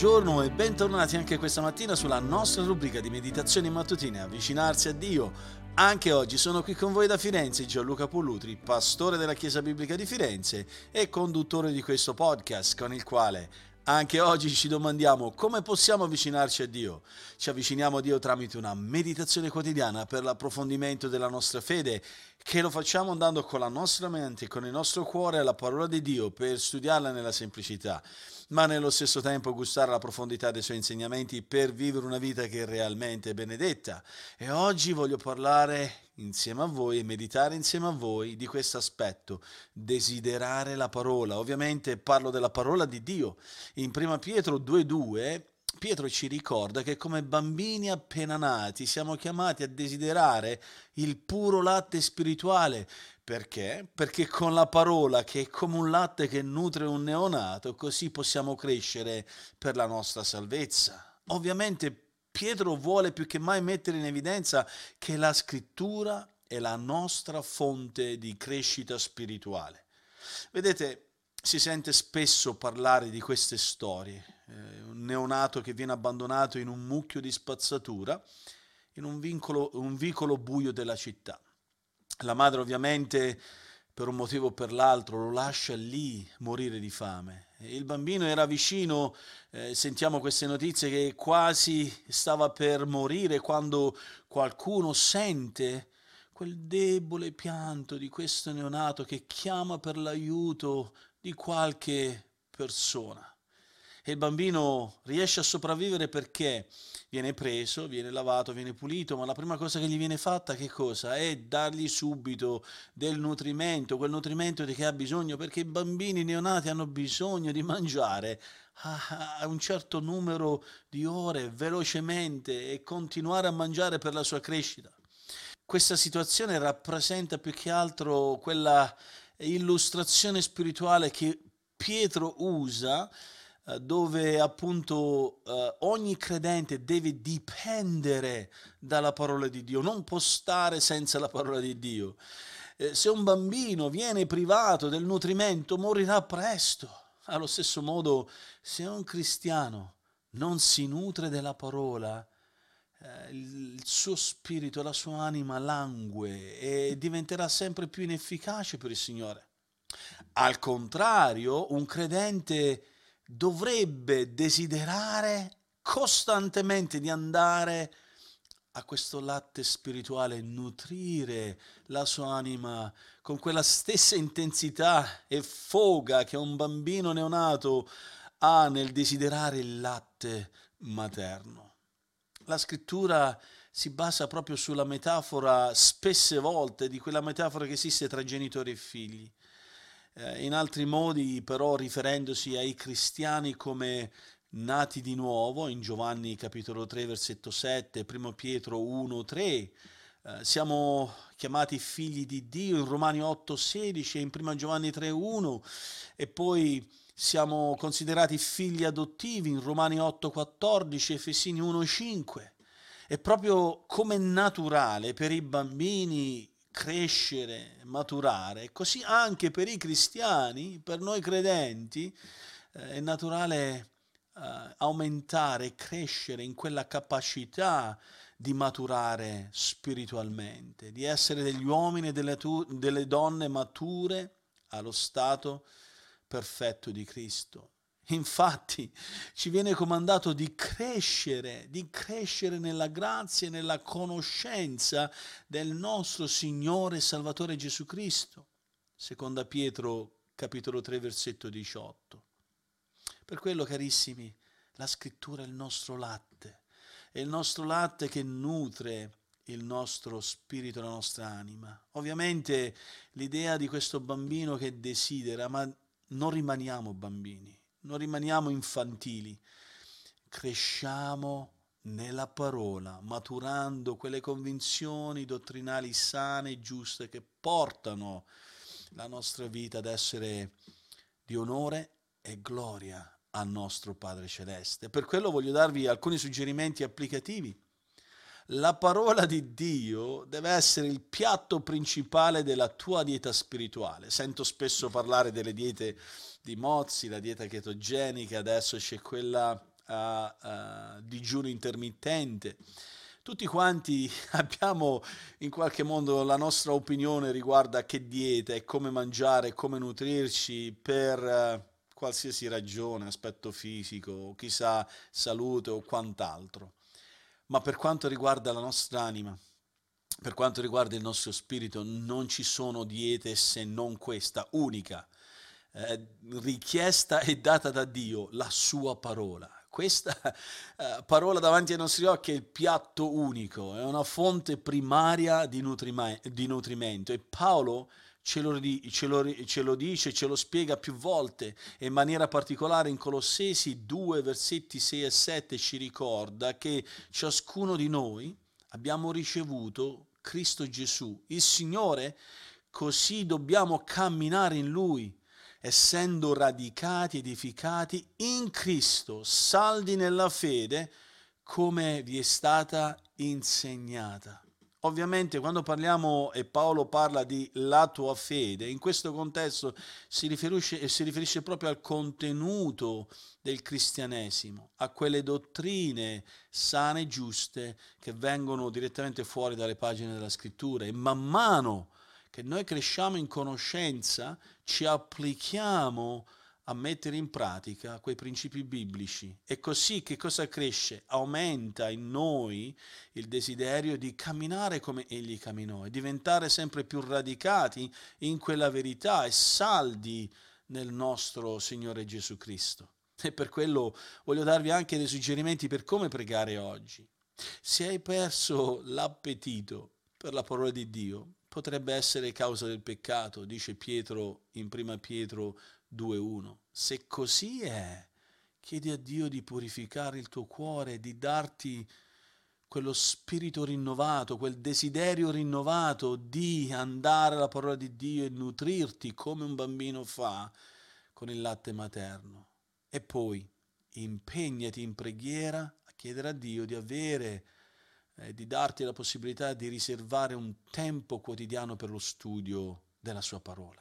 buongiorno e bentornati anche questa mattina sulla nostra rubrica di meditazioni mattutine Avvicinarsi a Dio. Anche oggi sono qui con voi da Firenze Gianluca Pollutri, pastore della Chiesa Biblica di Firenze e conduttore di questo podcast con il quale anche oggi ci domandiamo come possiamo avvicinarci a Dio. Ci avviciniamo a Dio tramite una meditazione quotidiana per l'approfondimento della nostra fede, che lo facciamo andando con la nostra mente e con il nostro cuore alla parola di Dio per studiarla nella semplicità, ma nello stesso tempo gustare la profondità dei suoi insegnamenti per vivere una vita che è realmente benedetta. E oggi voglio parlare insieme a voi e meditare insieme a voi di questo aspetto, desiderare la parola. Ovviamente parlo della parola di Dio. In 1 Pietro 2,2 Pietro ci ricorda che come bambini appena nati siamo chiamati a desiderare il puro latte spirituale. Perché? Perché con la parola, che è come un latte che nutre un neonato, così possiamo crescere per la nostra salvezza. Ovviamente Pietro vuole più che mai mettere in evidenza che la scrittura è la nostra fonte di crescita spirituale. Vedete, si sente spesso parlare di queste storie, un neonato che viene abbandonato in un mucchio di spazzatura, in un vicolo buio della città. La madre ovviamente per un motivo o per l'altro lo lascia lì morire di fame. Il bambino era vicino, sentiamo queste notizie, che quasi stava per morire quando qualcuno sente quel debole pianto di questo neonato che chiama per l'aiuto di qualche persona. E il bambino riesce a sopravvivere perché viene preso, viene lavato, viene pulito, ma la prima cosa che gli viene fatta, che cosa? È dargli subito del nutrimento, quel nutrimento di che ha bisogno, perché i bambini neonati hanno bisogno di mangiare a un certo numero di ore velocemente e continuare a mangiare per la sua crescita. Questa situazione rappresenta più che altro quella illustrazione spirituale che Pietro usa, dove appunto ogni credente deve dipendere dalla parola di Dio, non può stare senza la parola di Dio. Se un bambino viene privato del nutrimento, morirà presto. Allo stesso modo, se un cristiano non si nutre della parola, il suo spirito, la sua anima langue e diventerà sempre più inefficace per il Signore. Al contrario, un credente dovrebbe desiderare costantemente di andare a questo latte spirituale, nutrire la sua anima con quella stessa intensità e foga che un bambino neonato ha nel desiderare il latte materno. La scrittura si basa proprio sulla metafora, spesse volte, di quella metafora che esiste tra genitori e figli. In altri modi, però, riferendosi ai cristiani come nati di nuovo, in Giovanni capitolo 3, versetto 7, 1 Pietro 1, 3, siamo chiamati figli di Dio in Romani 8, 16 e in 1 Giovanni 3, 1, e poi siamo considerati figli adottivi in Romani 8, 14 e Efesini 1, 5. È proprio come naturale per i bambini crescere, maturare, così anche per i cristiani, per noi credenti, è naturale aumentare e crescere in quella capacità di maturare spiritualmente, di essere degli uomini e delle donne mature allo stato perfetto di Cristo. Infatti ci viene comandato di crescere nella grazia e nella conoscenza del nostro Signore e Salvatore Gesù Cristo. Seconda Pietro capitolo 3 versetto 18. Per quello, carissimi, la scrittura è il nostro latte che nutre il nostro spirito, la nostra anima. Ovviamente l'idea di questo bambino che desidera, ma non rimaniamo bambini. Non rimaniamo infantili, cresciamo nella parola, maturando quelle convinzioni dottrinali sane e giuste che portano la nostra vita ad essere di onore e gloria al nostro Padre Celeste. Per quello voglio darvi alcuni suggerimenti applicativi. La parola di Dio deve essere il piatto principale della tua dieta spirituale. Sento spesso parlare delle diete di Mozzi, la dieta chetogenica, adesso c'è quella a digiuno intermittente. Tutti quanti abbiamo in qualche modo la nostra opinione riguardo a che dieta e come mangiare, come nutrirci per qualsiasi ragione, aspetto fisico, chissà, salute o quant'altro. Ma per quanto riguarda la nostra anima, per quanto riguarda il nostro spirito, non ci sono diete se non questa unica, richiesta e data da Dio, la sua parola. Questa parola davanti ai nostri occhi è il piatto unico, è una fonte primaria di nutrimento e Paolo ce lo dice, ce lo spiega più volte e in maniera particolare in Colossesi 2 versetti 6 e 7 ci ricorda che ciascuno di noi abbiamo ricevuto Cristo Gesù, il Signore, così dobbiamo camminare in Lui essendo radicati, edificati in Cristo, saldi nella fede, come vi è stata insegnata. Ovviamente quando parliamo e Paolo parla di la tua fede, in questo contesto si riferisce proprio al contenuto del cristianesimo, a quelle dottrine sane e giuste che vengono direttamente fuori dalle pagine della scrittura e man mano che noi cresciamo in conoscenza, ci applichiamo a mettere in pratica quei principi biblici. E così che cosa cresce? Aumenta in noi il desiderio di camminare come Egli camminò e diventare sempre più radicati in quella verità e saldi nel nostro Signore Gesù Cristo. E per quello voglio darvi anche dei suggerimenti per come pregare oggi. Se hai perso l'appetito per la parola di Dio, potrebbe essere causa del peccato, dice Pietro in 1 Pietro 2,1. Se così è, chiedi a Dio di purificare il tuo cuore, di darti quello spirito rinnovato, quel desiderio rinnovato di andare alla parola di Dio e nutrirti come un bambino fa con il latte materno. E poi impegnati in preghiera a chiedere a Dio di avere di darti la possibilità di riservare un tempo quotidiano per lo studio della sua parola.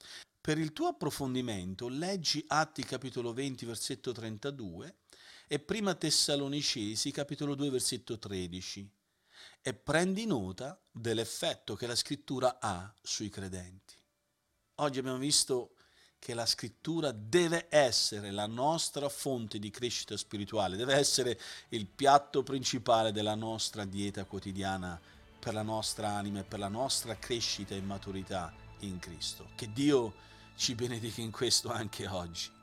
Per il tuo approfondimento leggi Atti capitolo 20 versetto 32 e Prima Tessalonicesi capitolo 2 versetto 13 e prendi nota dell'effetto che la scrittura ha sui credenti. Oggi abbiamo visto che la scrittura deve essere la nostra fonte di crescita spirituale, deve essere il piatto principale della nostra dieta quotidiana per la nostra anima e per la nostra crescita e maturità in Cristo. Che Dio ci benedica in questo anche oggi.